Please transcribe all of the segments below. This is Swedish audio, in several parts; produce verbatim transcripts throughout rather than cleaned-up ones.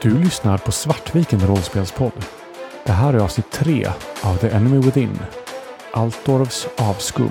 Du lyssnar på Svartviken rollspelspodd. Det här är avsnitt tre av The Enemy Within, Altdorfs avskum.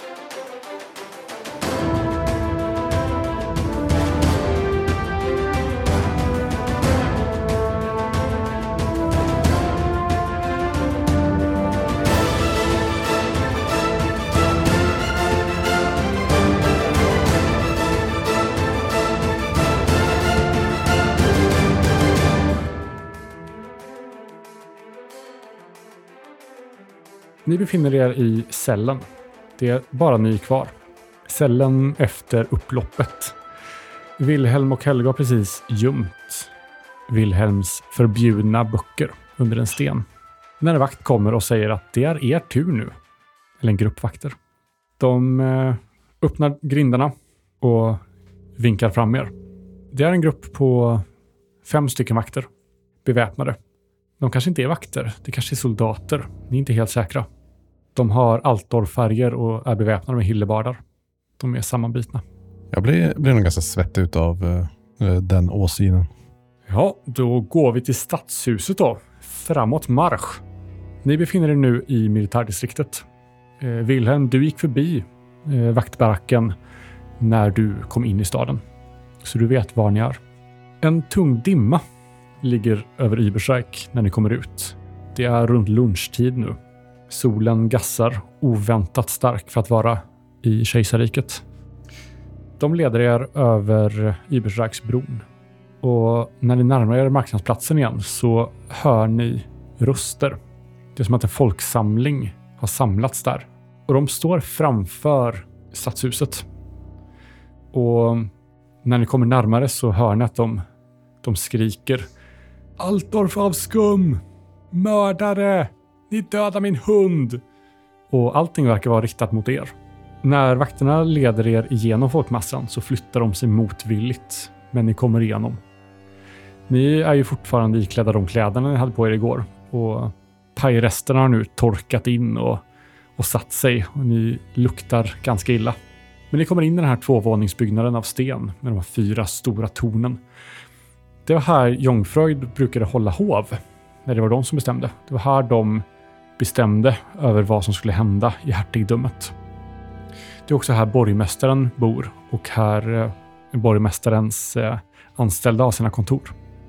Ni befinner er i cellen. Det är bara ni kvar. Cellen efter upploppet. Wilhelm och Helga har precis gömt Wilhelms förbjudna böcker under en sten. När en vakt kommer och säger att det är er tur nu. Eller en grupp vakter. De eh, öppnar grindarna och vinkar fram er. Det är en grupp på fem stycken vakter. Beväpnade. De kanske inte är vakter. Det kanske är soldater. Ni är inte helt säkra. De har Altdorf-färger och är beväpnade med hillebardar. De är sammanbitna. Jag blir, blir nog ganska svettig utav uh, den åsynen. Ja, då går vi till stadshuset då. Framåt marsch. Ni befinner er nu i militärdistriktet. Eh, Wilhelm, du gick förbi eh, vaktbaracken när du kom in i staden. Så du vet var ni är. En tung dimma ligger över Ibersreich när ni kommer ut. Det är runt lunchtid nu. Solen gassar oväntat stark för att vara i kejsarriket. De leder er över Ibersreichsbron. Och när ni närmar er marknadsplatsen igen så hör ni röster. Det är som att en folksamling har samlats där. Och de står framför stadshuset. Och när ni kommer närmare så hör ni att de, de skriker: Altdorf av skum! Mördare! Ni dödar min hund! Och allting verkar vara riktat mot er. När vakterna leder er igenom folkmassan så flyttar de sig motvilligt. Men ni kommer igenom. Ni är ju fortfarande iklädda de kläderna ni hade på er igår. Och pajresterna har nu torkat in och, och satt sig. Och ni luktar ganska illa. Men ni kommer in i den här tvåvåningsbyggnaden av sten med de här fyra stora tornen. Det var här Jungfröjd brukade hålla hov. När det var de som bestämde. Det var här de bestämde över vad som skulle hända i hertigdömet. Det är också här borgmästaren bor. Och här är borgmästarens eh, anställda av sina kontor.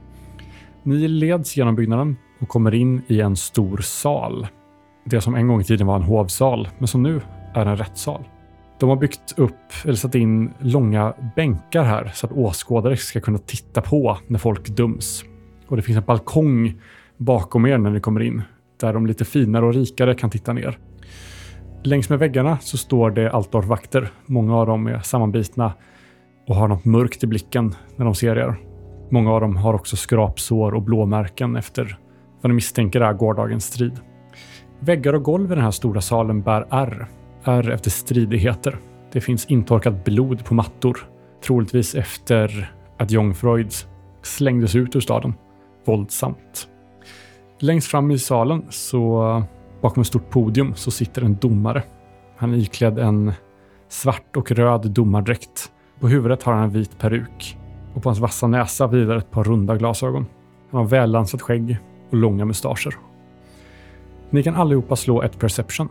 Ni leds genom byggnaden och kommer in i en stor sal. Det som en gång i tiden var en hovsal, men som nu är en rättssal. De har byggt upp, eller satt in långa bänkar här så att åskådare ska kunna titta på när folk döms. Och det finns en balkong bakom er när ni kommer in, där de lite finare och rikare kan titta ner. Längs med väggarna så står det Altdorf-vakter. Många av dem är sammanbitna och har något mörkt i blicken när de ser er. Många av dem har också skrapsår och blåmärken efter vad de misstänker är gårdagens strid. Väggar och golv i den här stora salen bär ärr. Ärr efter stridigheter. Det finns intorkat blod på mattor. Troligtvis efter att Jungfröjd slängdes ut ur staden. Våldsamt. Längst fram i salen, så bakom ett stort podium, så sitter en domare. Han är iklädd en svart och röd domardräkt. På huvudet har han en vit peruk. Och på hans vassa näsa vilar ett par runda glasögon. Han har vällansat skägg och långa mustascher. Ni kan allihopa slå ett perception.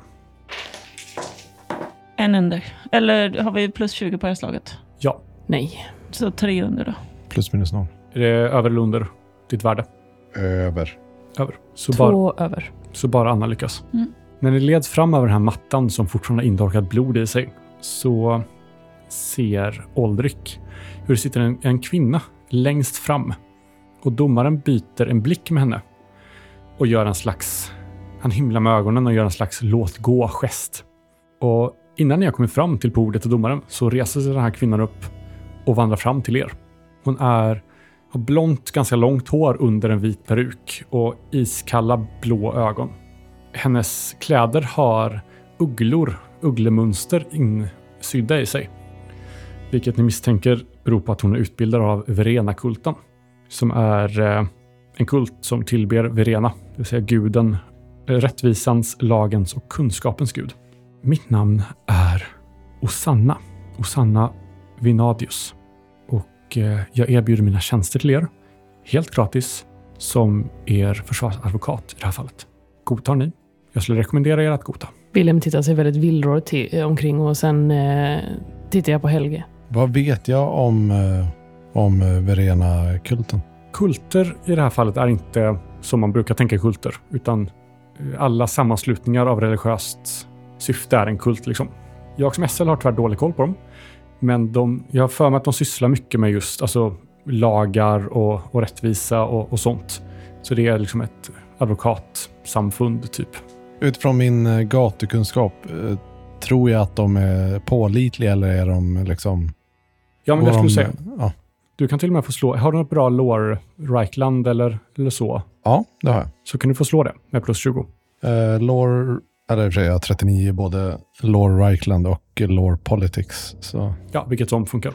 En under. Eller har vi plus tjugo på det här slaget? Ja. Nej. Så tre under då. Plus minus noll. Är det över eller under ditt värde? Över. Över. Så Två bara, över. Så bara Anna lyckas. Mm. När ni leds fram över den här mattan som fortfarande har intorkat blod i sig, så ser Oldrik hur det sitter en, en kvinna längst fram. Och domaren byter en blick med henne. Och gör en slags... Han himlar med ögonen och gör en slags låt gå-gest. Och innan ni har kommit fram till bordet och domaren så reser sig den här kvinnan upp och vandrar fram till er. Hon är... har blont, ganska långt hår under en vit peruk och iskalla blå ögon. Hennes kläder har ugglor, ugglemönster insydda i sig. Vilket ni misstänker beror på att hon är utbildad av Verena-kulten. Som är eh, en kult som tillber Verena, det vill säga guden, rättvisans, lagens och kunskapens gud. Mitt namn är Osanna. Osanna Vinadius. Och jag erbjuder mina tjänster till er helt gratis som er försvarsadvokat i det här fallet. Godtar ni? Jag skulle rekommendera er att godta. Willem tittar sig väldigt villrådigt till, omkring och sen eh, tittar jag på Helge. Vad vet jag om, eh, om Verena-kulten? Kulter i det här fallet är inte som man brukar tänka kulter, utan alla sammanslutningar av religiöst syfte är en kult. Liksom. Jag som S L har tyvärr dålig koll på dem, men de, jag har för mig att de sysslar mycket med just alltså, lagar och, och rättvisa och, och sånt. Så det är liksom ett advokatsamfund typ. Utifrån min gatukunskap, eh, tror jag att de är pålitliga eller är de liksom... Ja, men det skulle de, säga. Ja. Du kan till och med få slå. Har du något bra lore, Reichland eller, eller så? Ja, det har jag. Så kan du få slå det med plus tjugo. Uh, lore, eller i och för sig, jag har trettionio både lore Reichland och lore politics. Så. Ja, vilket som funkar.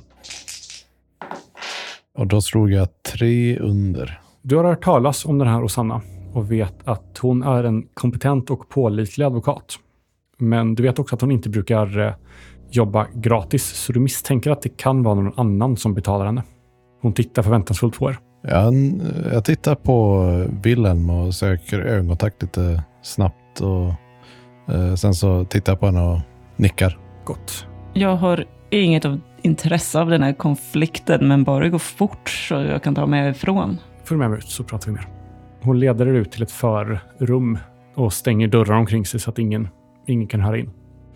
Och då slog jag tre under. Du har hört talas om den här Osanna och vet att hon är en kompetent och pålitlig advokat. Men du vet också att hon inte brukar eh, jobba gratis, så du misstänker att det kan vara någon annan som betalar henne. Hon tittar förväntansfullt på er. Jag, jag tittar på Wilhelm och söker ögonkontakt lite snabbt och eh, sen så tittar jag på henne och nickar. Gott. Jag har inget av intresse av den här konflikten, men bara det går fort så jag kan ta mig ifrån. Följ med mig ut så pratar vi mer. Hon leder er ut till ett förrum och stänger dörrar omkring sig så att ingen, ingen kan höra in.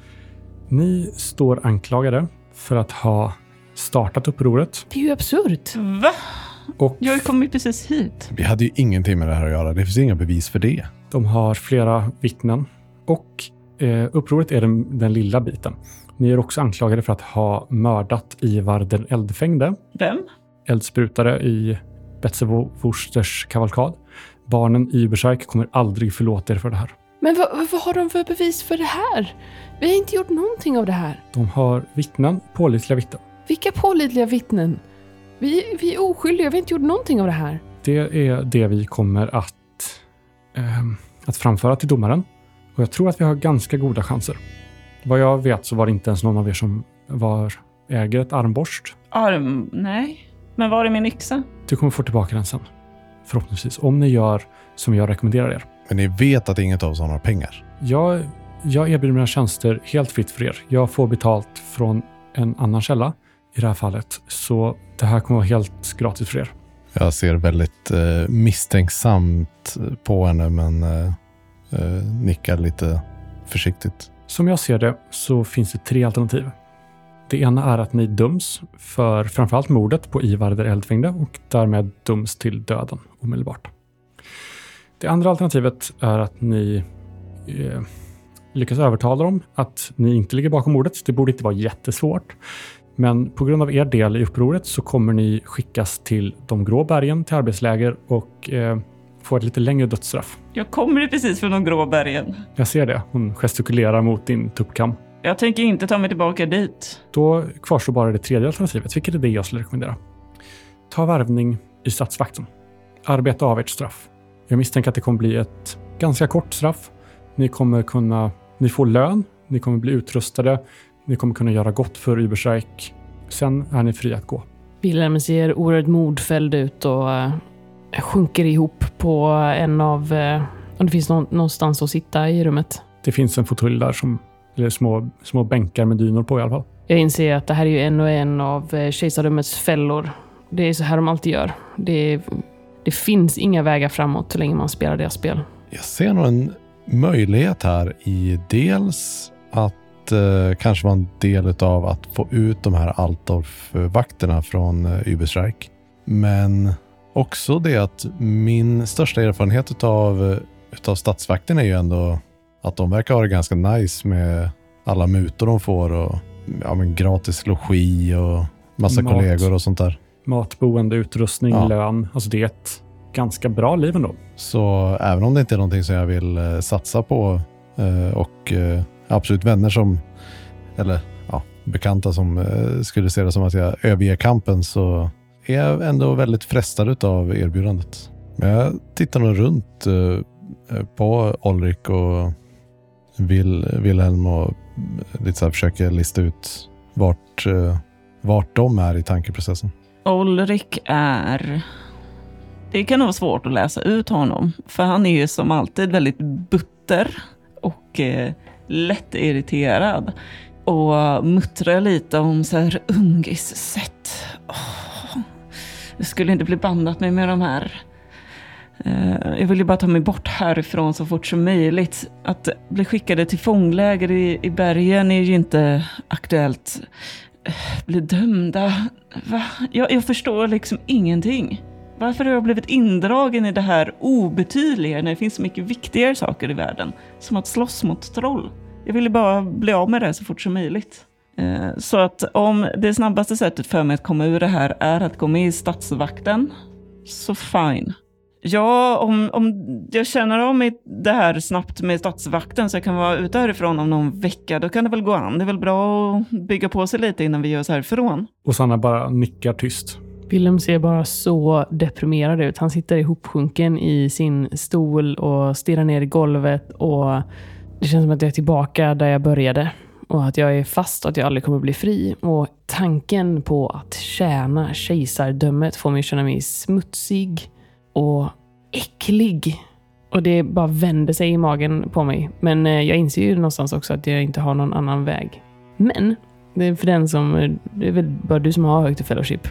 Ni står anklagade för att ha startat upproret. Det är ju absurt. Va? Och Jag har kommit precis hit. Vi hade ju ingenting med det här att göra. Det finns inga bevis för det. de har flera vittnen. Och eh, upproret är den, den lilla biten. Ni är också anklagade för att ha mördat Ivar den eldfängde. Vem? Eldsprutare i Betsy Wursters kavalkad. Barnen i Übersreich kommer aldrig förlåta er för det här. Men vad, vad har de för bevis för det här? Vi har inte gjort någonting av det här. De har vittnen, pålitliga vittnen. Vilka pålitliga vittnen? Vi, vi är oskyldiga, vi har inte gjort någonting av det här. Det är det vi kommer att, eh, att framföra till domaren. Och jag tror att vi har ganska goda chanser. Vad jag vet så var det inte ens någon av er som var, äger ett armborst. Arm? Nej. Men var är min yxa? Du kommer få tillbaka den sen. Förhoppningsvis. Om ni gör som jag rekommenderar er. Men ni vet att inget av oss har några pengar. Jag, jag erbjuder mina tjänster helt fritt för er. Jag får betalt från en annan källa i det här fallet. Så det här kommer vara helt gratis för er. Jag ser väldigt eh, misstänksamt på henne, men eh, eh, nickar lite försiktigt. Som jag ser det så finns det tre alternativ. Det ena är att ni döms för framförallt mordet på Ivar den eldfängde och därmed döms till döden omedelbart. Det andra alternativet är att ni eh, lyckas övertala dem att ni inte ligger bakom mordet. Det borde inte vara jättesvårt. Men på grund av er del i upproret så kommer ni skickas till de grå bergen till arbetsläger och eh, få ett lite längre dödsstraff. Jag kommer ju precis från de grå bergen. Jag ser det. Hon gestikulerar mot din tuppkam. Jag tänker inte ta mig tillbaka dit. Då kvarstår bara det tredje alternativet, vilket är det jag skulle rekommendera. Ta värvning i statsvakten. Arbeta av ert straff. Jag misstänker att det kommer bli ett ganska kort straff. Ni kommer kunna, ni får lön, ni kommer bli utrustade, ni kommer kunna göra gott för Übersreich. Sen är ni fria att gå. Wilhelm ser oerhört modfälld ut och uh, sjunker ihop på en av, uh, om det finns någon, någonstans att sitta i rummet. Det finns en fåtölj där som, eller små, små bänkar med dynor på i alla fall. Jag inser att det här är ju en och en av uh, kejsarrummets fällor. Det är så här de alltid gör. Det, det finns inga vägar framåt så länge man spelar deras spel. Jag ser nog en möjlighet här i dels att eh, kanske vara en del av att få ut de här Altdorf-vakterna från eh, Übersreich. Men också det att min största erfarenhet av utav statsvakten är ju ändå att de verkar ha det ganska nice med alla mutor de får och ja, men gratis logi och massa Mat. kollegor och sånt där. Mat, boende, utrustning, Ja. lön. Alltså det är ett ganska bra liv ändå. Så även om det inte är någonting som jag vill eh, satsa på eh, och eh, absolut vänner som eller ja, bekanta som eh, skulle se det som att jag överger kampen, så är jag ändå väldigt frestad av erbjudandet. Men jag tittar nog runt eh, på Ulrik och Vil, Wilhelm och lite så här försöker lista ut vart, eh, vart de är i tankeprocessen. Ulrik är Det kan nog vara svårt att läsa ut honom. För han är ju som alltid väldigt butter och eh, lätt irriterad. Och muttrar lite om så här ungis sätt. Oh, jag skulle inte bli bandat mig med de här. Uh, jag vill ju bara ta mig bort härifrån så fort som möjligt. Att bli skickade till fångläger i, i bergen är ju inte aktuellt. Uh, bli dömda. Va? Jag, jag förstår liksom ingenting. Varför har jag blivit indragen i det här obetydliga när det finns så mycket viktigare saker i världen? Som att slåss mot troll. Jag ville bara bli av med det så fort som möjligt. Uh, så att om det snabbaste sättet för mig att komma ur det här är att gå med i stadsvakten, så fine. Ja, om, om jag känner av mig det här snabbt med stadsvakten så jag kan vara ute härifrån om någon vecka, då kan det väl gå an. Det är väl bra att bygga på sig lite innan vi gör oss härifrån. Och Sanna bara nickar tyst. Willem ser bara så deprimerad ut. Han sitter ihopsjunken i sin stol och stirrar ner i golvet, och det känns som att jag är tillbaka där jag började. Och att jag är fast och att jag aldrig kommer bli fri. Och tanken på att tjäna kejsardömet får mig känna mig smutsig och äcklig. Och det bara vänder sig i magen på mig. Men jag inser ju någonstans också att jag inte har någon annan väg. Men det är för den som, det är väl bara du som har högt i fellowship.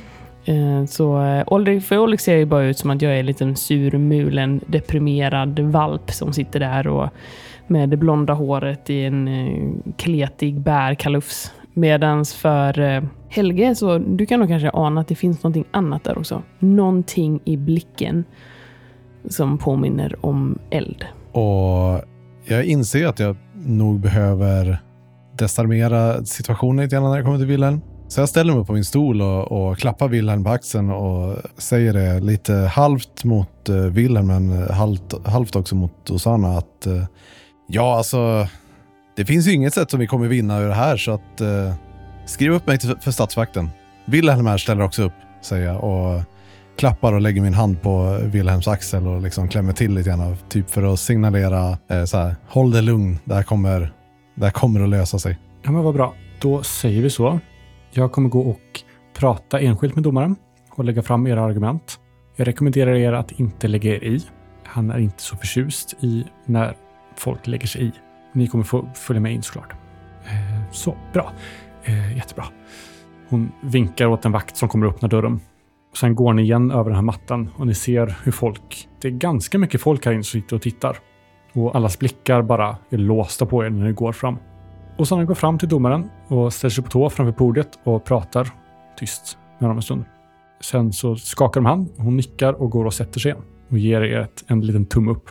Så för Oleg ser ju bara ut som att jag är en liten surmulen, deprimerad valp som sitter där och med det blonda håret i en kletig bärkalufs. Medans för Helge, så du kan nog kanske ana att det finns någonting annat där också. Någonting i blicken som påminner om eld. Och jag inser att jag nog behöver desarmera situationen lite grann när jag kommer till Wilhelm. Så jag ställer mig upp på min stol och, och klappar Wilhelm på axeln och säger det lite halvt mot uh, Wilhelm, men halvt, halvt också mot Osanna att uh, ja, alltså det finns ju inget sätt som vi kommer vinna ur det här, så att uh, skriv upp mig till, för stadsvakten. Wilhelm här ställer också upp, säger jag, och klappar och lägger min hand på Wilhelms axel och liksom klämmer till lite grann, typ för att signalera uh, så här, håll det lugn, det här kommer, det här kommer att lösa sig. Ja, men vad bra. Då säger vi så. Jag kommer gå och prata enskilt med domaren och lägga fram era argument. Jag rekommenderar er att inte lägga er i. Han är inte så förtjust i när folk lägger sig i. Ni kommer få följa med in såklart. Eh, så, bra. Eh, jättebra. Hon vinkar åt en vakt som kommer att öppna dörren. Och sen går ni igen över den här mattan och ni ser hur folk... Det är ganska mycket folk här inne som sitter och tittar. Och allas blickar bara är låsta på er när ni går fram. Och sen går fram till domaren och ställer sig på tå framför podiet och pratar tyst med honom en stund. Sen så skakar de hand, hon nickar och går och sätter sig igen och ger er ett, en liten tumme upp.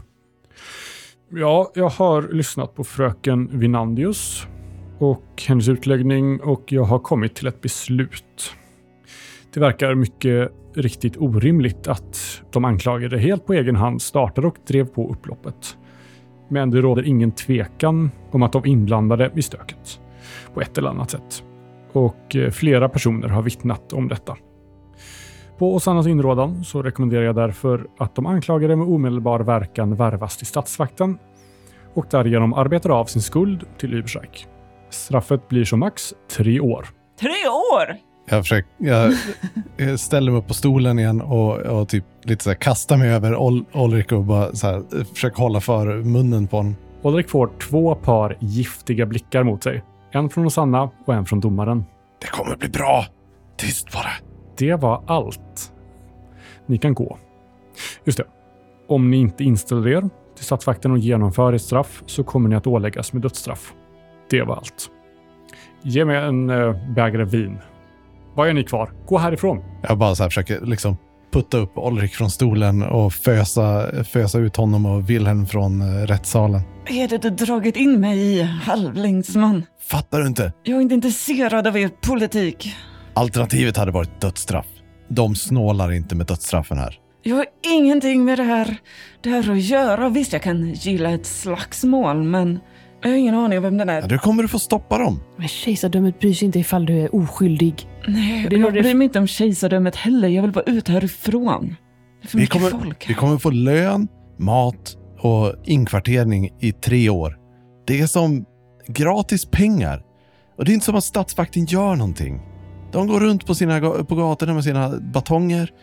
Ja, jag har lyssnat på fröken Vinandius och hennes utläggning och jag har kommit till ett beslut. Det verkar mycket riktigt orimligt att de anklagade helt på egen hand startade och drev på upploppet. Men det råder ingen tvekan om att de inblandade i stöket på ett eller annat sätt. Och flera personer har vittnat om detta. På Osannas inrådan så rekommenderar jag därför att de anklagade med omedelbar verkan värvas till stadsvakten och därigenom arbetar av sin skuld till Übersreich. Straffet blir som max tre år. Tre år? Jag, försöker, jag, jag ställer mig upp på stolen igen och, och typ lite så här kastar mig över Ol- Ulrik och bara så här, försöker hålla för munnen på honom. Ulrik får två par giftiga blickar mot sig. En från Osanna och en från domaren. Det kommer bli bra. Tyst bara. Det var allt. Ni kan gå. Just det. Om ni inte inställer er till stadsvakten och genomför ett straff så kommer ni att åläggas med dödsstraff. Det var allt. Ge mig en äh, bägare vin. Vad är ni kvar? Gå härifrån. Jag bara så här försöker liksom putta upp Ulrik från stolen och fösa, fösa ut honom och Wilhelm från äh, rättssalen. Är det du dragit in mig i, halvlingsman? Fattar du inte? Jag är inte intresserad av er politik. Alternativet hade varit dödsstraff. De snålar inte med dödsstraffen här. Jag har ingenting med det här, det här att göra. Visst, jag kan gilla ett slagsmål, men jag har ingen aning om vem den är. Ja, du kommer du få stoppa dem. Men kejsardömet bryr sig inte ifall du är oskyldig. Nej, det är jag det... bryr mig inte om kejsardömet heller. Jag vill bara ut härifrån. Det är för vi mycket kommer, folk här. Vi kommer få lön, mat och inkvartering i tre år. Det är som gratis pengar. Och det är inte som att stadsvakten gör någonting. De går runt på, sina, på gatorna med sina batonger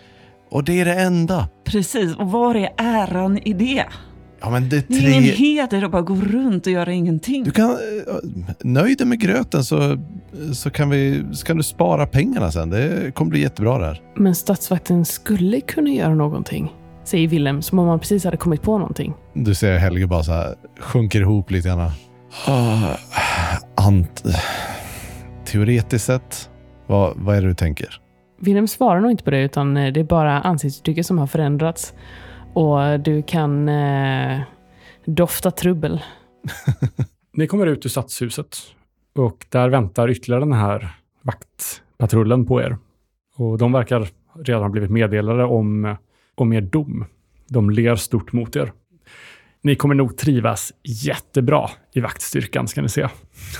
Och det är det enda. Precis, och var är äran i det? Ja, men det är Det är tre... ingen heder att bara gå runt och göra ingenting. Du kan... Nöjd med gröten så, så kan, vi, ska du spara pengarna sen. Det kommer bli jättebra där. Men stadsvakten skulle kunna göra någonting, säger Wilhelm, som om man precis hade kommit på någonting. Du ser Helge bara så här, sjunker ihop lite grann. Uh, ant... Teoretiskt sett, vad, vad är det du tänker? Wilhelm svarar nog inte på det, utan det är bara ansiktsuttrycket som har förändrats. Och du kan eh, dofta trubbel. Ni kommer ut ur stadshuset och där väntar ytterligare den här vaktpatrullen på er. Och de verkar redan ha blivit meddelade om, om er dom. De ler stort mot er. Ni kommer nog trivas jättebra i vaktstyrkan, ska ni se.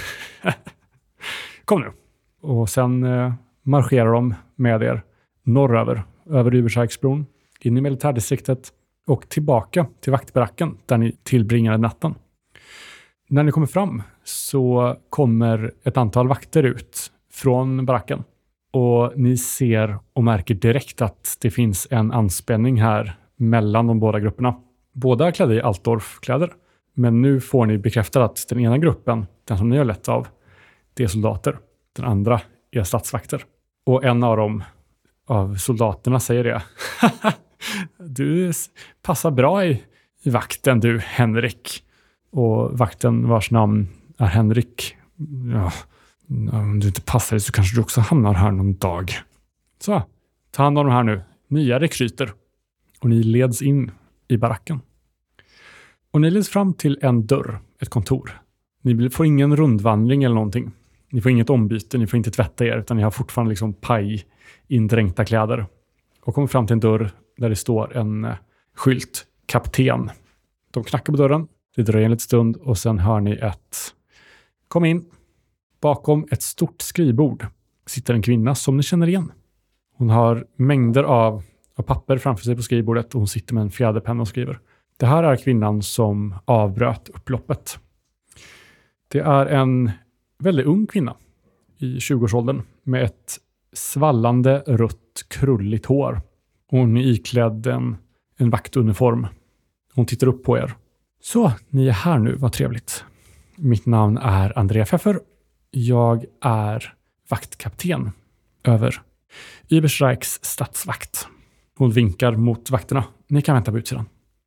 Kom nu. Och sen eh, marscherar de med er norröver, över Übersreiksbron, in i militärdistriktet och tillbaka till vaktbaracken där ni tillbringade natten. När ni kommer fram så kommer ett antal vakter ut från baracken och ni ser och märker direkt att det finns en anspänning här mellan de båda grupperna. Båda är klädda i Altdorf-kläder, men nu får ni bekräftat att den ena gruppen, den som ni har lett av, det är soldater. Den andra är stadsvakter. Och en av dem, av soldaterna, säger det. Du passar bra i, i vakten du, Henrik. Och vakten vars namn är Henrik. Ja, om du inte passar dig så kanske du också hamnar här någon dag. Så, ta hand om de här nu. Nya rekryter. Och ni leds in i baracken. Och ni leds fram till en dörr, ett kontor. Ni får ingen rundvandring eller någonting. Ni får inget ombyte, ni får inte tvätta er, utan ni har fortfarande liksom paj indränkta kläder. Och kommer fram till en dörr där det står en eh, skylt, kapten. De knackar på dörren, det dröjer en liten stund och sen hör ni ett kom in. Bakom ett stort skrivbord sitter en kvinna som ni känner igen. Hon har mängder av, av papper framför sig på skrivbordet och hon sitter med en fjäderpenna och skriver. Det här är kvinnan som avbröt upploppet. Det är en väldigt ung kvinna i tjugoårsåldern med ett svallande rött krulligt hår. Hon är iklädd en, en vaktuniform. Hon tittar upp på er. Så, ni är här nu, vad trevligt. Mitt namn är Andrea Pfeffer. Jag är vaktkapten över Übersreiks stadsvakt. Hon vinkar mot vakterna. Ni kan vänta på utsidan.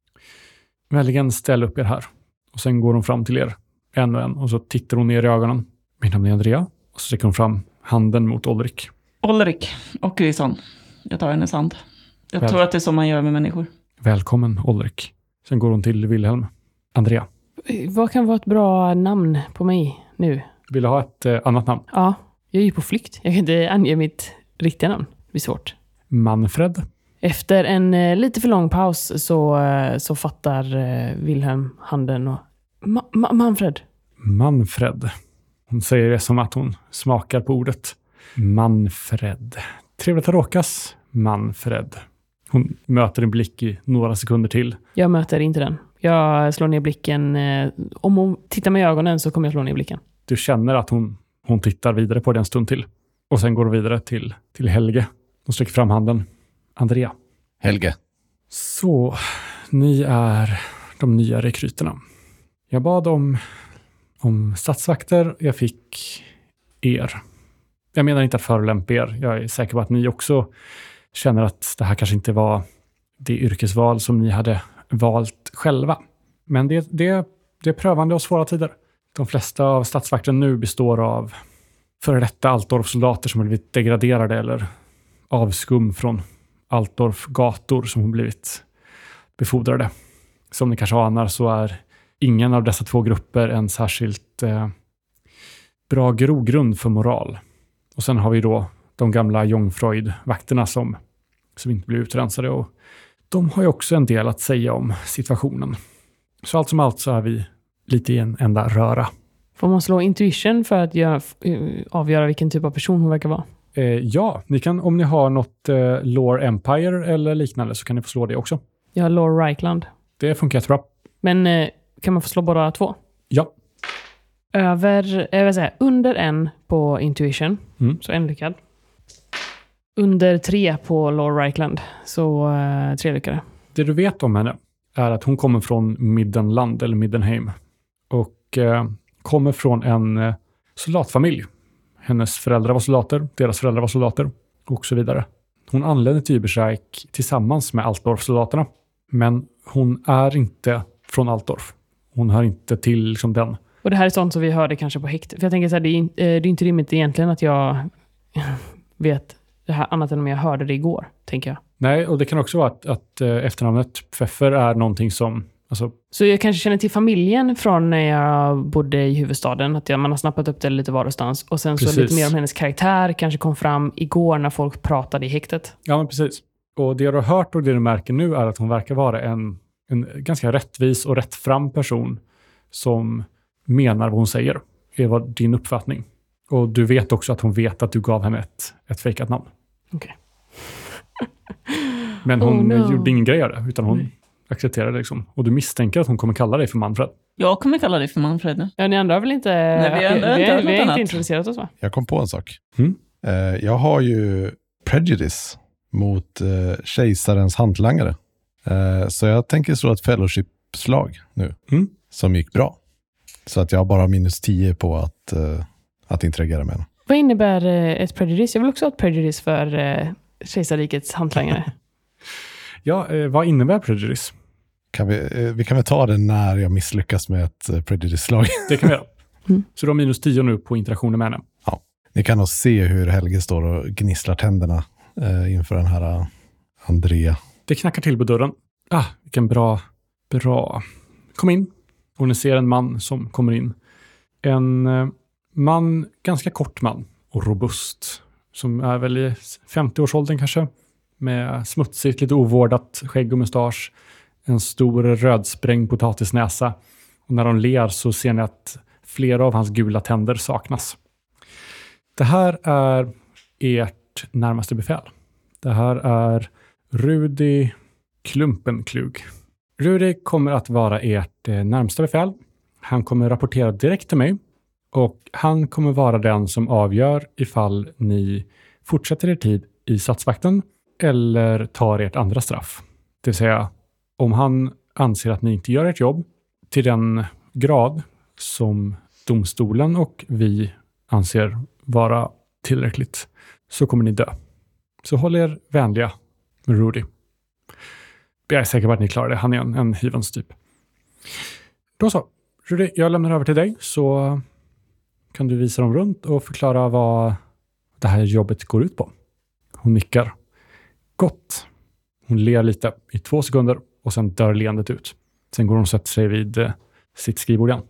Vänligen ställ upp er här. Och sen går hon fram till er, en och en. Och så tittar hon ner i ögonen. Mitt namn är Andrea. Och så sträcker hon fram handen mot Ulrik. Ulrik och Grison. Jag tar hennes hand. Jag Väl. tror att det är så man gör med människor. Välkommen, Ulrik. Sen går hon till Wilhelm. Andrea. Vad kan vara ett bra namn på mig nu? Vill du ha ett eh, annat namn? Ja, jag är ju på flykt. Jag kan inte ange mitt riktiga namn. Det blir svårt. Manfred. Efter en eh, lite för lång paus så, eh, så fattar eh, Wilhelm handen och... Ma- Ma- Manfred. Manfred. Hon säger det som att hon smakar på ordet. Manfred. Trevligt att råkas, Manfred. Hon möter en blick i några sekunder till. Jag möter inte den. Jag slår ner blicken. Eh, om hon tittar med ögonen så kommer jag slå ner blicken. Du känner att hon, hon tittar vidare på den stund till. Och sen går hon vidare till, till Helge. De sträcker fram handen. Andrea. Helge. Så, ni är de nya rekryterna. Jag bad om, om stadsvakter. Jag fick er. Jag menar inte att förolämpa er. Jag är säker på att ni också känner att det här kanske inte var det yrkesval som ni hade valt själva. Men det, det, det är prövande och svåra tider. De flesta av stadsvakterna nu består av före detta Altdorf-soldater som har blivit degraderade eller avskum från Altdorf-gator som har blivit befordrade. Som ni kanske anar så är ingen av dessa två grupper en särskilt eh, bra grogrund för moral. Och sen har vi då de gamla Jungfreud-vakterna som, som inte blir utrensade och de har ju också en del att säga om situationen. Så allt som allt så är vi lite i en enda röra. Får man slå intuition för att göra, avgöra vilken typ av person hon verkar vara? Eh, ja, ni kan, om ni har något eh, Lore Empire eller liknande så kan ni få slå det också. Jag har Lore Reichland. Det funkar jättebra. Men eh, kan man få slå båda två? Ja. Över, jag vill säga, under en på intuition. Mm. Så en lyckad. Under tre på Lord Reichland. Så uh, tre lyckade. Det du vet om henne är att hon kommer från Middenland eller Middenheim. Och eh, kommer från en eh, soldatfamilj. Hennes föräldrar var soldater, deras föräldrar var soldater och så vidare. Hon anlände till Übersreich tillsammans med Altdorf-soldaterna. Men hon är inte från Altdorf. Hon hör inte till liksom, den. Och det här är sånt som vi hörde kanske på häktet. För jag tänker så här, det är, in, det är inte rimligt egentligen att jag vet det här annat än om jag hörde det igår, tänker jag. Nej, och det kan också vara att, att efternamnet Pfeffer är någonting som... Alltså... Så jag kanske känner till familjen från när jag bodde i huvudstaden. Att jag, man har snappat upp det lite varstans. Och sen precis. Så lite mer om hennes karaktär kanske kom fram igår när folk pratade i häktet. Ja, men precis. Och det du har hört och det du märker nu är att hon verkar vara en, en ganska rättvis och rättfram person som menar vad hon säger. Det var din uppfattning. Och du vet också att hon vet att du gav henne ett, ett fejkat namn. Okej. Okay. Men hon oh no. gjorde ingen grej av det, utan hon Nej. accepterade det liksom. Och du misstänker att hon kommer kalla dig för Manfred. Jag kommer kalla dig för Manfred nu. Ja, ni andra har väl inte... Nej, vi har ändå vi, inte vi, vi har annat. inte introducerat oss, va? Jag kom på en sak. Mm. Eh, jag har ju prejudice mot eh, kejsarens hantlangare. Eh, så jag tänker slå ett fellowship-slag nu. Mm. Som gick bra. Så att jag har bara minus tio på att, eh, att interagera med henne. Vad innebär eh, ett prejudice? Jag vill också ha ett prejudice för eh, kejsarrikets hantlangare. Ja, eh, vad innebär prejudice? Kan vi, eh, vi kan väl ta det när jag misslyckas med ett eh, prejudice-slag. Det kan vi göra. Mm. Så du har minus tio nu på interaktionen med henne. Ja. Ni kan nog se hur Helge står och gnisslar tänderna eh, inför den här uh, Andrea. Det knackar till på dörren. Ah, vilken bra, bra. Kom in. Och ni ser en man som kommer in. En eh, man, ganska kort man och robust. Som är väl i femtio-årsåldern kanske. Med smutsigt, lite ovårdat skägg och mustasch. En stor rödsprängd potatisnäsa. Och när de ler så ser ni att flera av hans gula tänder saknas. Det här är ert närmaste befäl. Det här är Rudi Klumpenklug. Rudi kommer att vara ert eh, närmsta befäl. Han kommer rapportera direkt till mig. Och han kommer vara den som avgör ifall ni fortsätter er tid i statsvakten eller tar ert andra straff. Det vill säga, om han anser att ni inte gör ert jobb till den grad som domstolen och vi anser vara tillräckligt, så kommer ni dö. Så håll er vänliga med Rudi. Jag är säker på att ni klarar det. Han är en, en hyvens typ. Då så. Rudi, jag lämnar över till dig så kan du visa dem runt och förklara vad det här jobbet går ut på. Hon nickar. Gott. Hon ler lite i två sekunder och sen dör leendet ut. Sen går hon och sätter sig vid eh, sitt skrivbord igen.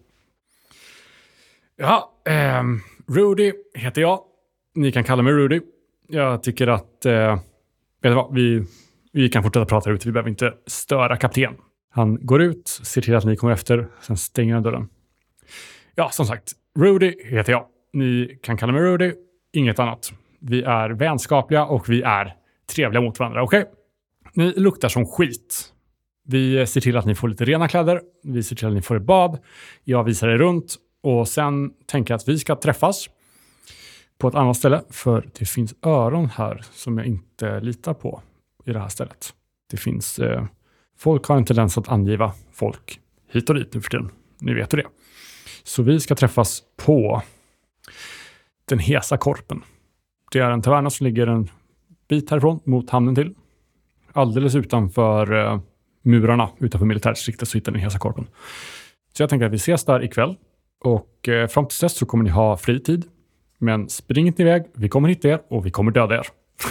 Ja, eh, Rudi heter jag. Ni kan kalla mig Rudi. Jag tycker att eh, vet du vad, vi, vi kan fortsätta prata ut. Vi behöver inte störa kapten. Han går ut, ser till att ni kommer efter, sen stänger han dörren. Ja, som sagt, Rudi heter jag. Ni kan kalla mig Rudi, inget annat. Vi är vänskapliga och vi är trevliga mot varandra, okej? Okay? Ni luktar som skit. Vi ser till att ni får lite rena kläder. Vi ser till att ni får ett bad. Jag visar er runt. Och sen tänker jag att vi ska träffas på ett annat ställe. För det finns öron här som jag inte litar på i det här stället. Det finns... Eh, folk har en tendens att angiva folk hit och dit nu för tiden. Ni vet ju det. Så vi ska träffas på den Hesa Korpen. Det är en taverna som ligger en bit härifrån mot hamnen till. Alldeles utanför eh, murarna utanför militärdistriktet så hittar ni Hesa Korpen. Så jag tänker att vi ses där ikväll. Och eh, fram till dess så kommer ni ha fri tid. Men spring inte iväg, vi kommer hitta er och vi kommer döda er.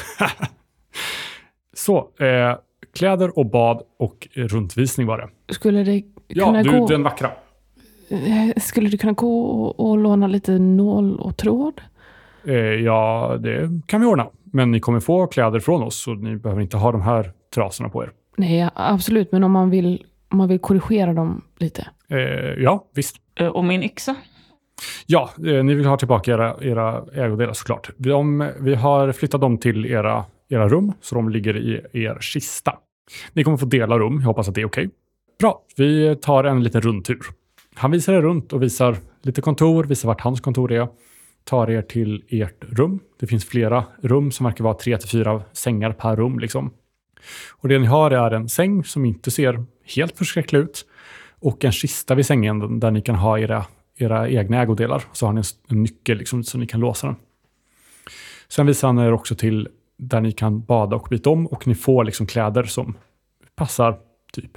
Så, eh, kläder och bad och rundvisning var det. Skulle det kunna ja, du, gå... den vackra. Skulle du kunna gå och, och låna lite nål och tråd? Eh, ja, det kan vi ordna. Men ni kommer få kläder från oss så ni behöver inte ha de här trasorna på er. Nej, absolut. Men om man vill, om man vill korrigera dem lite. Eh, ja, visst. Och min yxa? Ja, eh, ni vill ha tillbaka era, era ägodelar såklart. De, vi har flyttat dem till era, era rum så de ligger i er kista. Ni kommer få dela rum, jag hoppas att det är okej. Okay. Bra, vi tar en liten rundtur. Han visar er runt och visar lite kontor, visar vart hans kontor är. tar er till ert rum. Det finns flera rum som verkar vara tre till fyra sängar per rum. Liksom. Och det ni har är en säng som inte ser helt förskräcklig ut. Och en kista vid sängen där ni kan ha era, era egna ägodelar. Så har ni en, en nyckel liksom, så ni kan låsa den. Sen visar han er också till där ni kan bada och byta om. Och ni får liksom kläder som passar typ.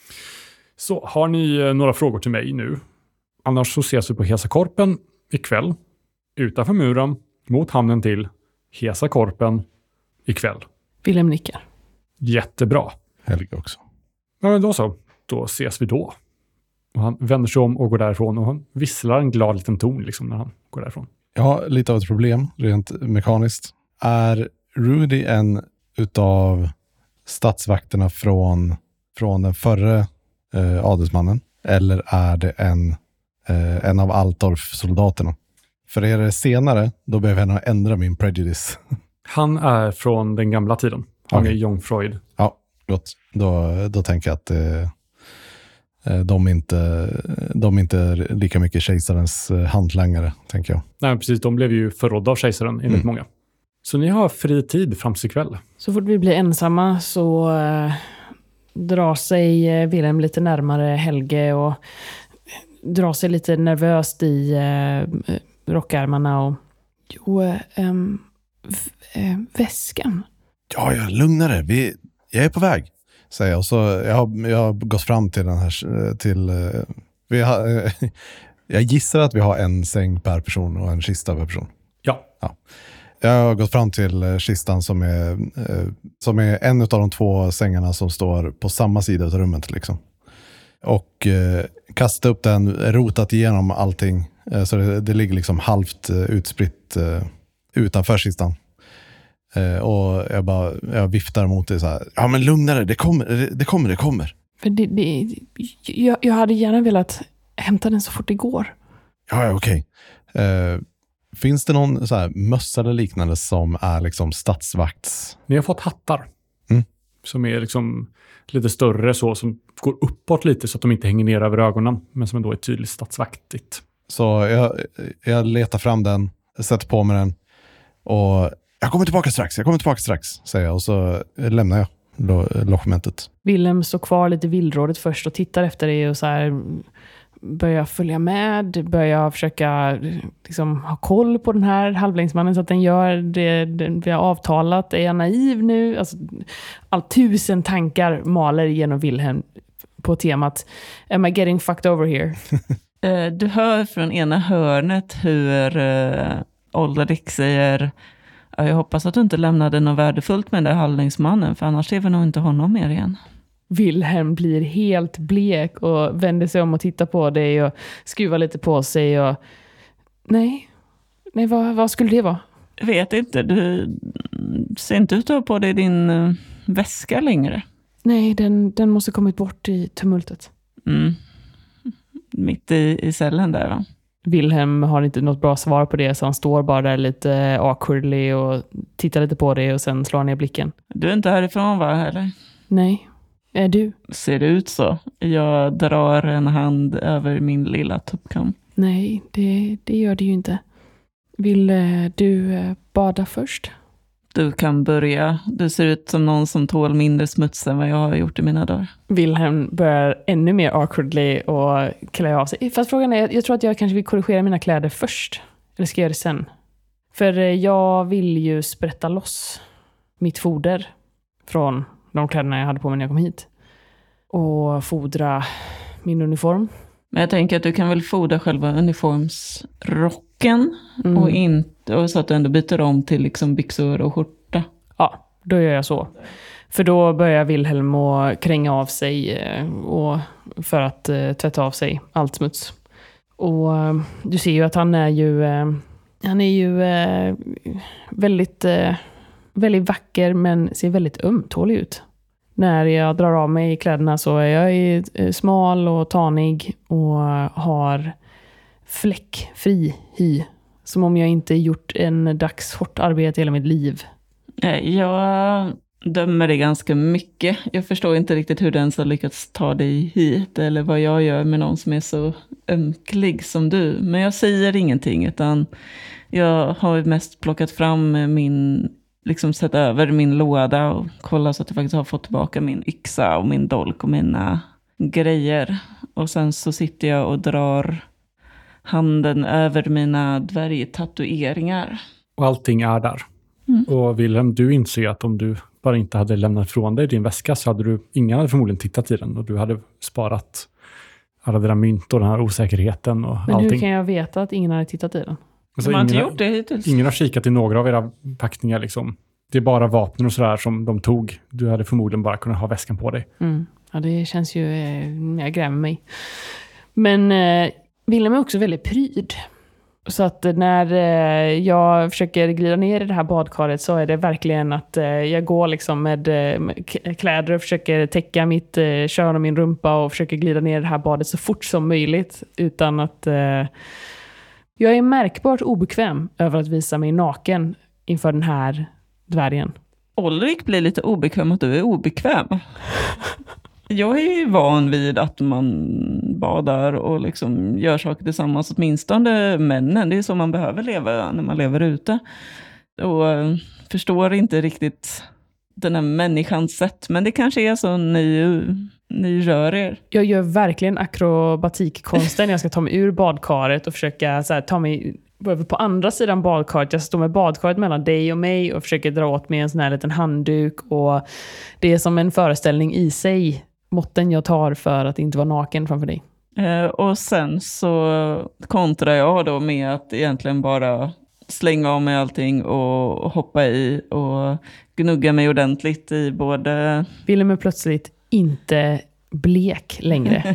Så har ni några frågor till mig nu? Annars så ses vi på Hesa Korpen ikväll. Utanför muren mot hamnen till Hesa Korpen ikväll. Wilhelm nickar. Jättebra. Helge också. Ja, men då så. Då ses vi då. Och han vänder sig om och går därifrån. Och han visslar en glad liten ton liksom, när han går därifrån. Jag har lite av ett problem rent mekaniskt. Är Rudy en utav statsvakterna från, från den förre eh, adelsmannen? Eller är det en, eh, en av Altdorf-soldaterna? För är det senare, då behöver jag nog ändra min prejudice. Han är från den gamla tiden. Han Okay. är Jungfreud. Ja, gott. Då, då tänker jag att eh, de, inte, de inte är lika mycket kejsarens handlangare, tänker jag. Nej, precis. De blev ju förrådda av kejsaren enligt mm. många. Så ni har fri tid fram till kväll. Så fort vi blir ensamma så äh, drar sig äh, Wilhelm lite närmare Helge och drar sig lite nervöst i äh, rockärmarna. Och, jo, äh, äh, väskan. Ja, jag lugnar dig. Vi, jag är på väg, säger jag. Och så, jag, har, jag har gått fram till den här... Till, vi har, jag gissar att vi har en säng per person och en kista per person. Ja. ja. Jag har gått fram till kistan som är, som är en av de två sängarna som står på samma sida av rummet. Liksom. Och eh, kastat upp den, rotat igenom allting. Eh, så det, det ligger liksom halvt eh, utspritt eh, utanför kistan. Uh, och jag bara jag viftar mot det så här. Ja, men lugna dig, det kommer, det, det kommer, det kommer. För det, det, jag, jag hade gärna velat hämta den så fort det går. Ja, ja okej. Okay. Uh, finns det någon så här mössa eller liknande som är liksom statsvakts? Ni har fått hattar. Mm. Som är liksom lite större så, som går uppåt lite så att de inte hänger ner över ögonen. Men som ändå är tydligt statsvaktigt. Så jag, jag letar fram den, sätter på mig den och jag kommer tillbaka strax, jag kommer tillbaka strax, säger jag. Och så lämnar jag lo- logementet. Wilhelm står kvar lite villrådigt först och tittar efter det och så här börjar följa med, börjar försöka liksom ha koll på den här halvlängdsmannen så att den gör det, det vi har avtalat. Är jag naiv nu? Alltså, all tusen tankar maler genom Wilhelm på temat Am I getting fucked over here? Du hör från ena hörnet hur uh, Ulrik säger: jag hoppas att du inte lämnade något värdefullt med den där halvlängdsmannen, för annars ser vi nog inte honom mer igen. Wilhelm blir helt blek och vänder sig om och tittar på dig och skruvar lite på sig och nej, nej vad, vad skulle det vara? Jag vet inte, du ser inte ut att ha på dig din uh, väska längre. Nej, den, den måste kommit bort i tumultet. Mm. Mitt i, i cellen där, va? Wilhelm har inte något bra svar på det, så han står bara där lite awkwardly och tittar lite på det och sen slår han ner blicken. Du är inte härifrån, va? Eller? Nej. Är du? Ser det ut så? Jag drar en hand över min lilla tuppkam. Nej, det, det gör det ju inte. Vill eh, du eh, bada först? Du kan börja. Du ser ut som någon som tål mindre smuts än vad jag har gjort i mina dagar. Wilhelm börjar ännu mer awkwardly och klä av sig. Fast frågan är, jag tror att jag kanske vill korrigera mina kläder först. Eller ska jag göra det sen? För eh, jag vill ju sprätta loss mitt foder från de kläderna jag hade på mig när jag kom hit. Och fodra min uniform. Men jag tänker att du kan väl fodra själva uniformsrocken mm. och inte, och så att du ändå byter om till liksom byxor och skjorta. Ja, då gör jag så. För då börjar Wilhelm att kränga av sig och för att uh, tvätta av sig allt smuts. Och uh, du ser ju att han är ju uh, han är ju uh, väldigt uh, väldigt vacker men ser väldigt ömtålig ut. När jag drar av mig kläderna så är jag smal och tanig och har fläckfri hy. Som om jag inte gjort en dags hårt arbete hela mitt liv. Jag dömer det ganska mycket. Jag förstår inte riktigt hur den har lyckats ta dig hit. Eller vad jag gör med någon som är så ömklig som du. Men jag säger ingenting, utan jag har mest plockat fram min, liksom sett över min låda och kollat så att jag faktiskt har fått tillbaka min yxa och min dolk och mina grejer. Och sen så sitter jag och drar handen över mina dvärgtatueringar. Och allting är där. Mm. Och Wilhelm, du inser att om du bara inte hade lämnat ifrån dig din väska så hade du, ingen hade förmodligen tittat i den och du hade sparat alla dina mynt och den här osäkerheten och Men allting. hur kan jag veta att ingen hade tittat i den? Alltså, Man har inte ingen, gjort det hittills. Ingen har kikat i några av era packningar liksom. Det är bara vapen och sådär som de tog. Du hade förmodligen bara kunnat ha väskan på dig. Mm. Ja, det känns ju... Eh, jag grämer mig. Men eh, Wilhelm är också väldigt pryd. Så att när eh, jag försöker glida ner i det här badkaret så är det verkligen att eh, jag går liksom med, eh, med kläder och försöker täcka mitt eh, kön och min rumpa och försöker glida ner i det här badet så fort som möjligt utan att... Eh, jag är märkbart obekväm över att visa mig naken inför den här dvärgen. Ulrik blir lite obekväm att du är obekväm. Jag är ju van vid att man badar och liksom gör saker tillsammans, åtminstone männen. Det är så man behöver leva när man lever ute. Och förstår inte riktigt den här människans sätt. Men det kanske är så ni, ni rör er. Jag gör verkligen akrobatikkonsten. Jag ska ta mig ur badkaret och försöka så här, ta mig över på andra sidan badkaret. Jag står med badkaret mellan dig och mig och försöker dra åt mig en sån här liten handduk. Och det är som en föreställning i sig. Måtten jag tar för att inte vara naken framför dig. Eh, och sen så kontrar jag då med att egentligen bara slänga av mig allting och, och hoppa i och gnugga mig ordentligt i både... Wilhelm är plötsligt inte blek längre.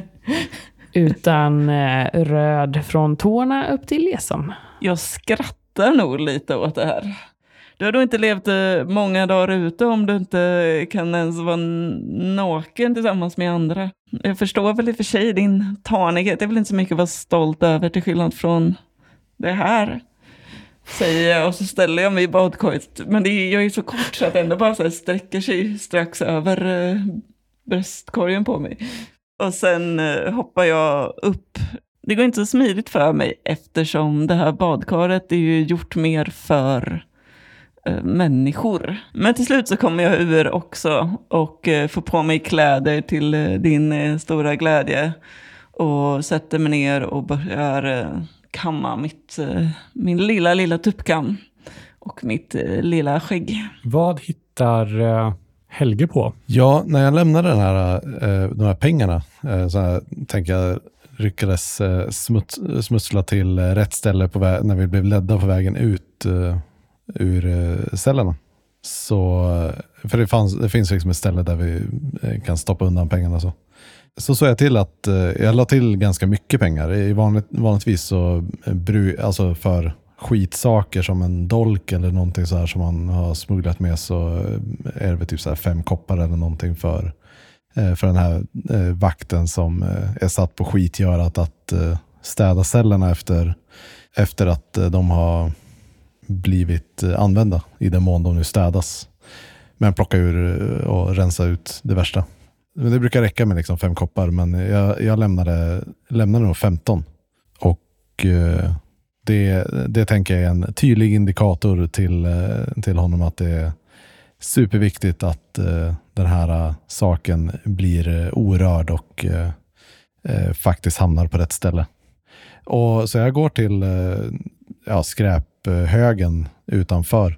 utan eh, röd från tårna upp till lesan. Jag skrattar nog lite åt det här. Du har då inte levt många dagar ute om du inte kan ens vara naken tillsammans med andra. Jag förstår väl i och för sig din tanighet. Det är väl inte så mycket att vara stolt över till skillnad från det här. Säger jag och så ställer jag mig i badkaret. Men det är, jag är så kort så att det ändå bara så här sträcker sig strax över eh, bröstkorgen på mig. Och sen eh, hoppar jag upp. Det går inte så smidigt för mig eftersom det här badkaret är ju gjort mer för människor. Men till slut så kommer jag ur också och eh, får på mig kläder till eh, din eh, stora glädje och sätter mig ner och börjar eh, kamma mitt, eh, min lilla, lilla tuppkam och mitt eh, lilla skägg. Vad hittar eh, Helge på? Ja, när jag lämnade den här, eh, de här pengarna eh, så här, tänker jag lyckades eh, smuts, smutsla till eh, rätt ställe på vä- när vi blev ledda på vägen ut eh, ur eh, cellerna. Så, för det, fanns, det finns liksom ett ställe där vi eh, kan stoppa undan pengarna. Så så såg jag till att eh, jag la till ganska mycket pengar. I vanligt, vanligtvis så eh, bru, alltså för skitsaker som en dolk eller någonting så här som man har smugglat med så är det väl typ så här fem koppar eller någonting för, eh, för den här eh, vakten som eh, är satt på skitgörat att eh, städa cellerna efter, efter att eh, de har blivit använda i den mån de nu städas. Men plocka ur och rensa ut det värsta. Det brukar räcka med liksom fem koppar, men jag, jag lämnade, lämnade nog femton. Och eh, det, det tänker jag är en tydlig indikator till, till honom att det är superviktigt att eh, den här saken blir orörd och eh, faktiskt hamnar på rätt ställe. Och så jag går till eh, ja, skräphögen utanför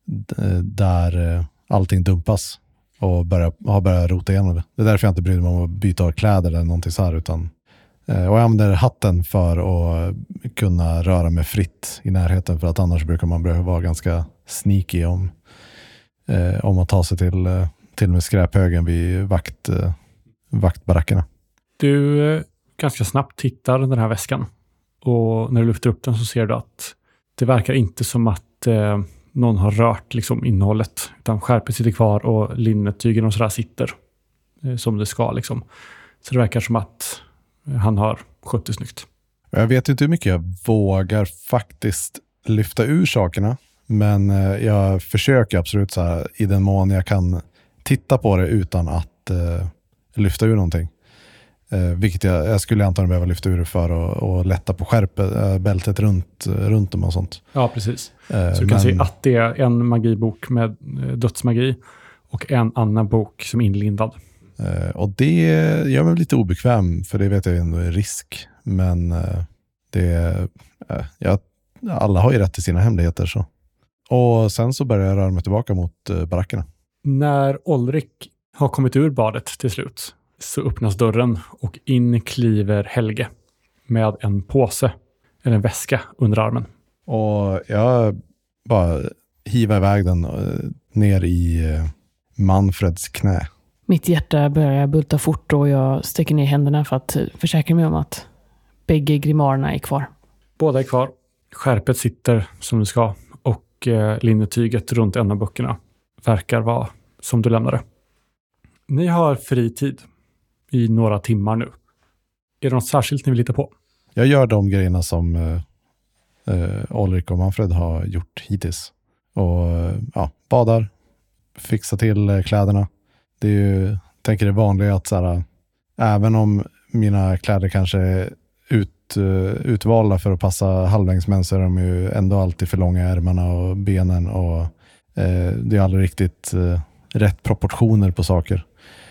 där allting dumpas och börjar, har börjat rota igenom det. Det är därför jag inte bryr mig om att byta kläder eller någonting så här, utan och jag använder hatten för att kunna röra mig fritt i närheten, för att annars brukar man behöva vara ganska sneaky om, eh, om att ta sig till, till med skräphögen vid vakt, eh, vaktbarackerna. Du eh, ganska snabbt tittar den här väskan och när du lyfter upp den så ser du att det verkar inte som att eh, någon har rört liksom innehållet, utan skärpet sitter kvar och linnetygen och sådär sitter eh, som det ska liksom. Så det verkar som att han har skött det snyggt. Jag vet inte hur mycket jag vågar faktiskt lyfta ur sakerna, men eh, jag försöker absolut så här, i den mån jag kan titta på det utan att eh, lyfta ur någonting. Eh, vilket jag, jag skulle antagligen behöva lyfta ur för och, och lätta på skärpet, äh, bältet runt, runt dem och sånt. Ja, precis. Eh, så du men, kan se att det är en magibok med eh, dödsmagi och en annan bok som är inlindad. Eh, och det gör mig lite obekväm, för det vet jag ändå är risk. Men eh, det eh, ja, alla har ju rätt till sina hemligheter. Så. Och sen så börjar jag röra mig tillbaka mot eh, barackerna. När Ulrik har kommit ur badet till slut så öppnas dörren och in kliver Helge med en påse eller en väska under armen. Och jag bara hivar iväg den eh, ner i eh, Manfreds knä. Mitt hjärta börjar bulta fort och jag sträcker ner händerna för att försäkra mig om att bägge grimarerna är kvar. Båda är kvar. Skärpet sitter som det ska och eh, linnetyget runt en av böckerna verkar vara som du lämnade. Ni har fri tid i några timmar nu. Är det något särskilt ni vill hitta på? Jag gör de grejerna som eh, eh, Ulrik och Manfred har gjort hittills. Och eh, ja, badar, fixa till eh, kläderna. Det är ju, tänker det vanliga att så här, även om mina kläder kanske är ut, uh, utvalda för att passa halvlängds män, så är de ju ändå alltid för långa ärmarna och benen och uh, det är aldrig riktigt uh, rätt proportioner på saker.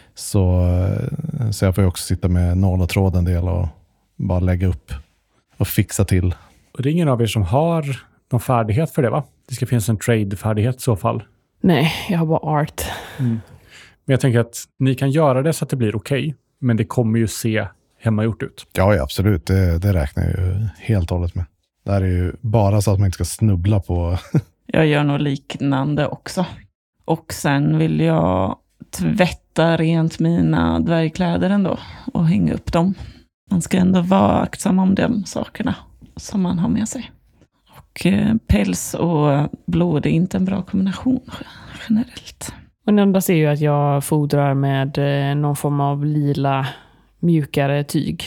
Så, uh, så jag får ju också sitta med nål och tråd en del och bara lägga upp och fixa till. Och det är ingen av er som har någon färdighet för det, va? Det ska finnas en trade-färdighet i så fall. Nej, jag har bara art. Mm. Men jag tänker att ni kan göra det så att det blir okej. Okay, men det kommer ju se hemmagjort ut. Ja, ja absolut. Det, det räknar jag ju helt och hållet med. Det här är ju bara så att man inte ska snubbla på. Jag gör nog liknande också. Och sen vill jag tvätta rent mina dvärgkläder ändå. Och hänga upp dem. Man ska ändå vara aktsam om de sakerna som man har med sig. Och eh, päls och blod är inte en bra kombination generellt. Och den andra ser ju att jag fodrar med eh, någon form av lila mjukare tyg.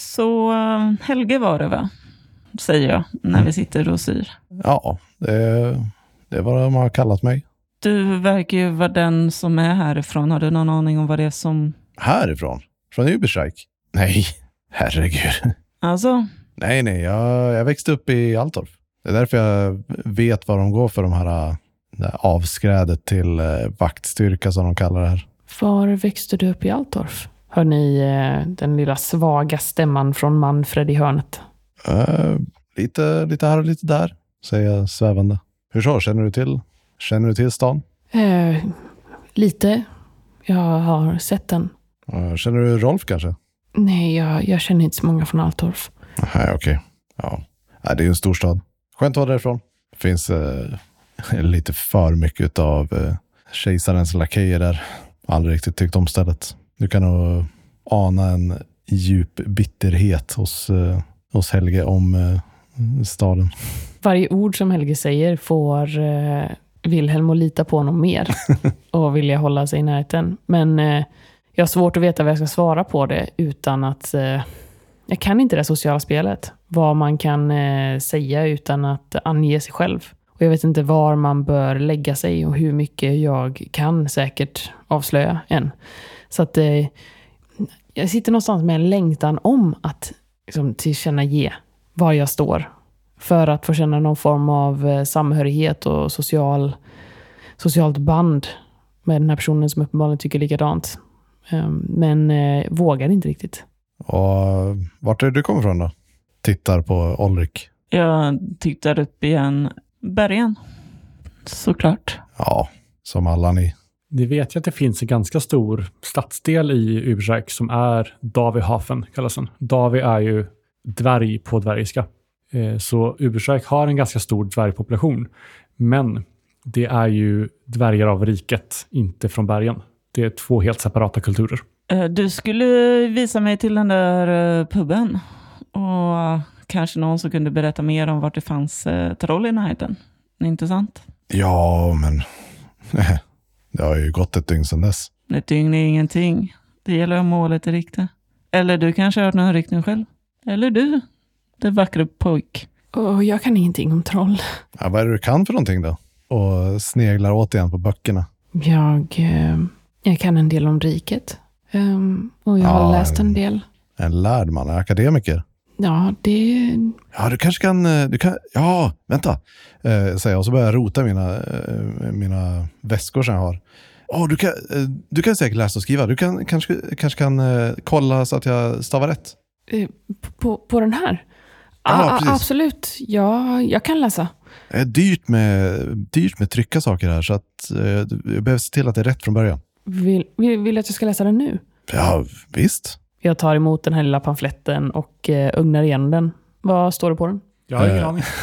Så uh, Helge var det, va? Säger jag när mm. vi sitter och syr. Ja, det, det är vad de har kallat mig. Du verkar ju vara den som är härifrån. Har du någon aning om vad det är som... Härifrån? Från Uberstrike? Nej, herregud. Alltså? Nej, nej. Jag, jag växte upp i Altorf. Det är därför jag vet vad de går för, de här det avskrädet till eh, vaktstyrka som de kallar det här. Var växte du upp i Altorf? Hör ni eh, den lilla svaga stämman från Manfred i hörnet? Uh, lite, lite här och lite där, säger jag svävande. Hur så? Känner du till, känner du till stan? Uh, lite. Jag har sett den. Uh, känner du Rolf kanske? Nej, jag, jag känner inte så många från Altorf. Nej, okej. Okay. Ja. Nej, det är ju en stor stad. Skönt att vara därifrån. Det finns uh, lite för mycket av uh, kejsarens lakejer där. Aldrig riktigt tyckt om stället. Du kan nog ana en djup bitterhet hos, uh, hos Helge om uh, staden. Varje ord som Helge säger får uh, Wilhelm att lita på honom mer och vilja hålla sig i närheten. Men uh, jag har svårt att veta vad jag ska svara på det utan att... Uh, jag kan inte det sociala spelet. Vad man kan uh, säga utan att ange sig själv. Och jag vet inte var man bör lägga sig och hur mycket jag kan säkert avslöja än. Så att eh, jag sitter någonstans med en längtan om att liksom, tillkännage var jag står. För att få känna någon form av eh, samhörighet och social, socialt band med den här personen som uppenbarligen tycker likadant. Um, men eh, vågar inte riktigt. Och vart är det du kommer från då? Tittar på Ulrik. Jag tittar upp igen. Bergen. Såklart. Ja, som alla ni. Ni vet ju att det finns en ganska stor stadsdel i Uberstrike som är Davihafen, kallas den. Davi är ju dvärg på dvärgiska. Så Uberstrike har en ganska stor dvärgpopulation. Men det är ju dvärgar av riket, inte från bergen. Det är två helt separata kulturer. Du skulle visa mig till den där puben. Och kanske någon som kunde berätta mer om vart det fanns troll i närheten. Inte sant? Ja, men det har ju gått ett dygn sedan dess. Ett dygn är ingenting. Det gäller att målet är riktigt. Eller du kanske har hört någon riktning själv. Eller du, det vackra pojk. Oh, jag kan ingenting om troll. Ja, vad är det du kan för någonting då? Och sneglar återigen på böckerna. Jag, eh, jag kan en del om riket. Um, och jag ja, har läst en del. En lärd man, en akademiker. Ja, det... Ja, du kanske kan... Du kan ja, vänta. Eh, säger jag. Och så börjar jag rota mina, eh, mina väskor som jag har. Oh, du, kan, eh, du kan säkert läsa och skriva. Du kan, kanske, kanske kan eh, kolla så att jag stavar rätt. Eh, på, på den här? Ja, ah, precis. Absolut. Ja, jag kan läsa. Det är dyrt med, dyrt med trycka saker här. Så att eh, jag behöver se till att det är rätt från början. Vill, vill, vill att jag ska läsa den nu? Ja, visst. Jag tar emot den här lilla pamfletten och eh, ugnar igenom den. Vad står det på den? Jag har ingen Eh. aning.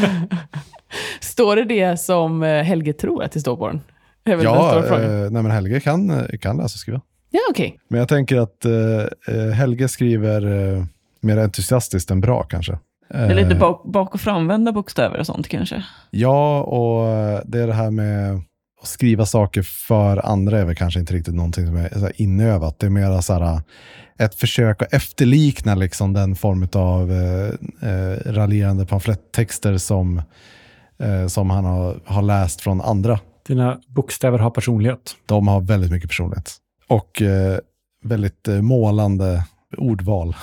Står det det som Helge tror att det står på den? Det är väl den Ja, stora frågan. eh, nej, men Helge kan, kan läsa och skriva. Ja, okej. Men jag tänker att eh, Helge skriver eh, mer entusiastiskt än bra kanske. Det är lite Eh, bak, bak- och framvända bokstäver och sånt kanske. Ja, och det är det här med att skriva saker för andra är väl kanske inte riktigt någonting som är så här inövat. Det är mer så här ett försök att efterlikna liksom den form av eh, eh, raljerande pamflettexter som, eh, som han har, har läst från andra. Dina bokstäver har personlighet. De har väldigt mycket personlighet. Och eh, väldigt eh, målande ordval.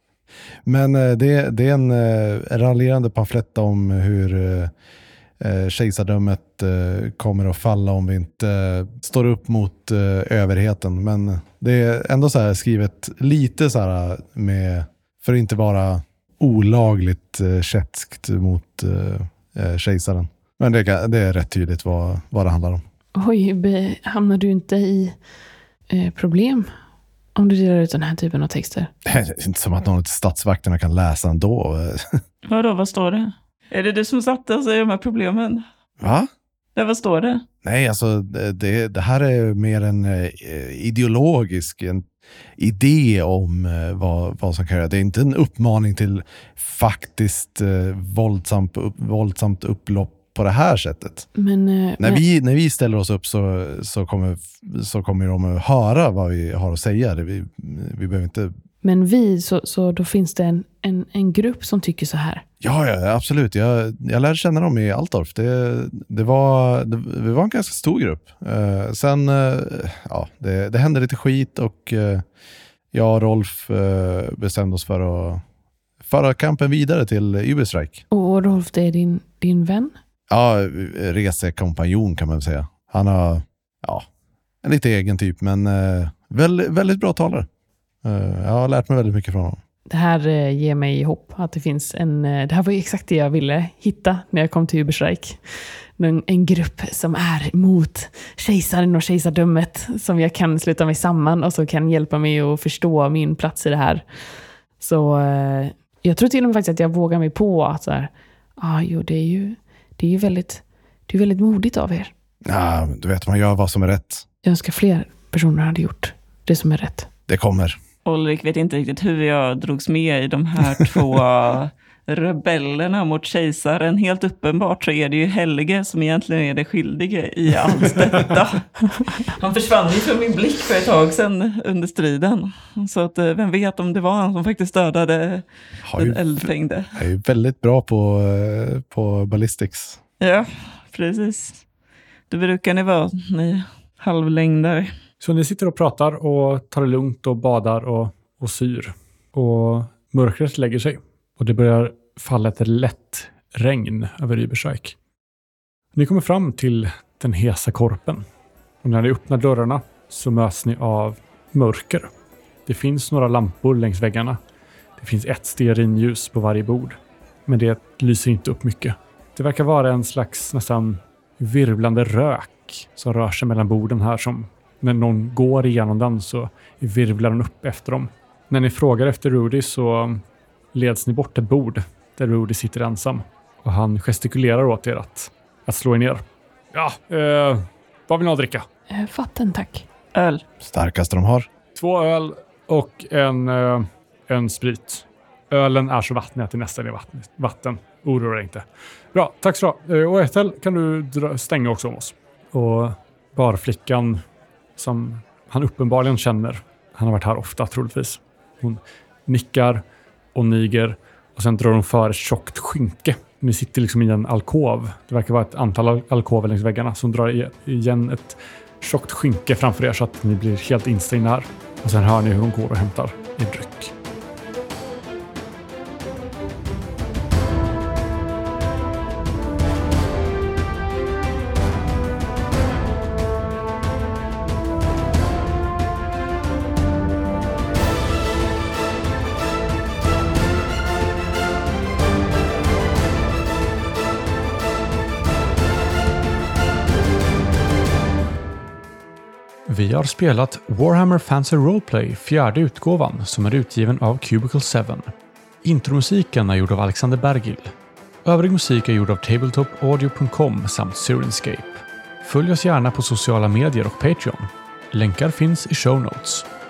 Men eh, det, det är en eh, raljerande pamflett om hur eh, eh, kejsardömet eh, kommer att falla om vi inte eh, står upp mot eh, överheten. Men det är ändå så här skrivet lite så här med, för att inte vara olagligt eh, kätskt mot eh, eh, kejsaren. Men det, kan- det är rätt tydligt vad, vad det handlar om. Oj, be, hamnar du inte i eh, problem om du delar ut den här typen av texter? Det är inte som att någon av statsvakterna kan läsa ändå. Vadå, vad står det? Är det du som satte oss i de här problemen? Va? Ja, vad står det? Nej, alltså det, det här är mer en eh, ideologisk en idé om eh, vad, vad som kan göra. Det är inte en uppmaning till faktiskt eh, våldsamt, upp, våldsamt upplopp på det här sättet. Men, eh, När men, vi, när vi ställer oss upp så, så, kommer, så kommer de att höra vad vi har att säga. Det vi, vi behöver inte... men vi, så, så då finns det en, en, en grupp som tycker så här. Ja, ja, absolut. Jag, jag lärde känna dem i Altorf. Det, det, var, det, det var en ganska stor grupp. Eh, sen, eh, ja, det, det hände lite skit och eh, jag och Rolf eh, bestämde oss för att föra kampen vidare till Überstreik. Och Rolf, det är din, din vän? Ja, resekompanjon kan man väl säga. Han har, ja, en lite egen typ, men eh, väldigt, väldigt bra talare. Eh, jag har lärt mig väldigt mycket från honom. Det här eh, ger mig hopp att det finns en... Eh, det här var ju exakt det jag ville hitta när jag kom till Überstreik. En, en grupp som är mot kejsaren och kejsardömet, som jag kan sluta mig samman och som kan hjälpa mig att förstå min plats i det här. Så eh, jag tror till och med faktiskt att jag vågar mig på att så här, ah, jo, det är ju, det är ju väldigt, det är väldigt modigt av er. Ja, du vet, man gör vad som är rätt. Jag önskar fler personer hade gjort det som är rätt. Det kommer. Ulrik vet inte riktigt hur jag drogs med i de här två rebellerna mot kejsaren. Helt uppenbart så är det ju Helge som egentligen är det skyldige i allt detta. Han försvann ju från min blick för ett tag sedan under striden. Så att vem vet om det var han som faktiskt dödade Har ju, den eldfängde. är ju väldigt bra på, eh, på ballistics. Ja, precis. Det brukar ni vara, ni halvlängdare. Så ni sitter och pratar och tar det lugnt och badar och, och syr. Och mörkret lägger sig. Och det börjar falla ett lätt regn över Überstreik. Ni kommer fram till den hesa korpen. Och när ni öppnar dörrarna så möts ni av mörker. Det finns några lampor längs väggarna. Det finns ett stearinljus på varje bord. Men det lyser inte upp mycket. Det verkar vara en slags nästan virvlande rök som rör sig mellan borden här, som när någon går igenom den så virvlar den upp efter dem. När ni frågar efter Rudy så leds ni bort ett bord där Rudy sitter ensam. Och han gestikulerar åt er att, att slå er ner. Ja, eh, vad vill ni ha att dricka? Eh, vatten, tack. Öl. Starkaste de har. Två öl och en, eh, en sprit. Ölen är så vattnig att det nästan är vatten. vatten. Oroa dig inte. Bra, tack så du ha. Och Ethel, kan du dra, stänga också om oss? Och barflickan som han uppenbarligen känner, han har varit här ofta troligtvis. Hon nickar och niger och sen drar hon för ett tjockt skynke. Ni sitter liksom i en alkov. Det verkar vara ett antal al- alkover längs väggarna som drar igen ett tjockt skynke framför er så att ni blir helt instängda här. Och sen hör ni hur hon går och hämtar en dryck. Vi har spelat Warhammer Fantasy Roleplay, fjärde utgåvan, som är utgiven av Cubicle sju. Intromusiken är gjord av Alexander Bergil. Övrig musik är gjord av tabletop audio punkt com samt Syrinscape. Följ oss gärna på sociala medier och Patreon. Länkar finns i show notes.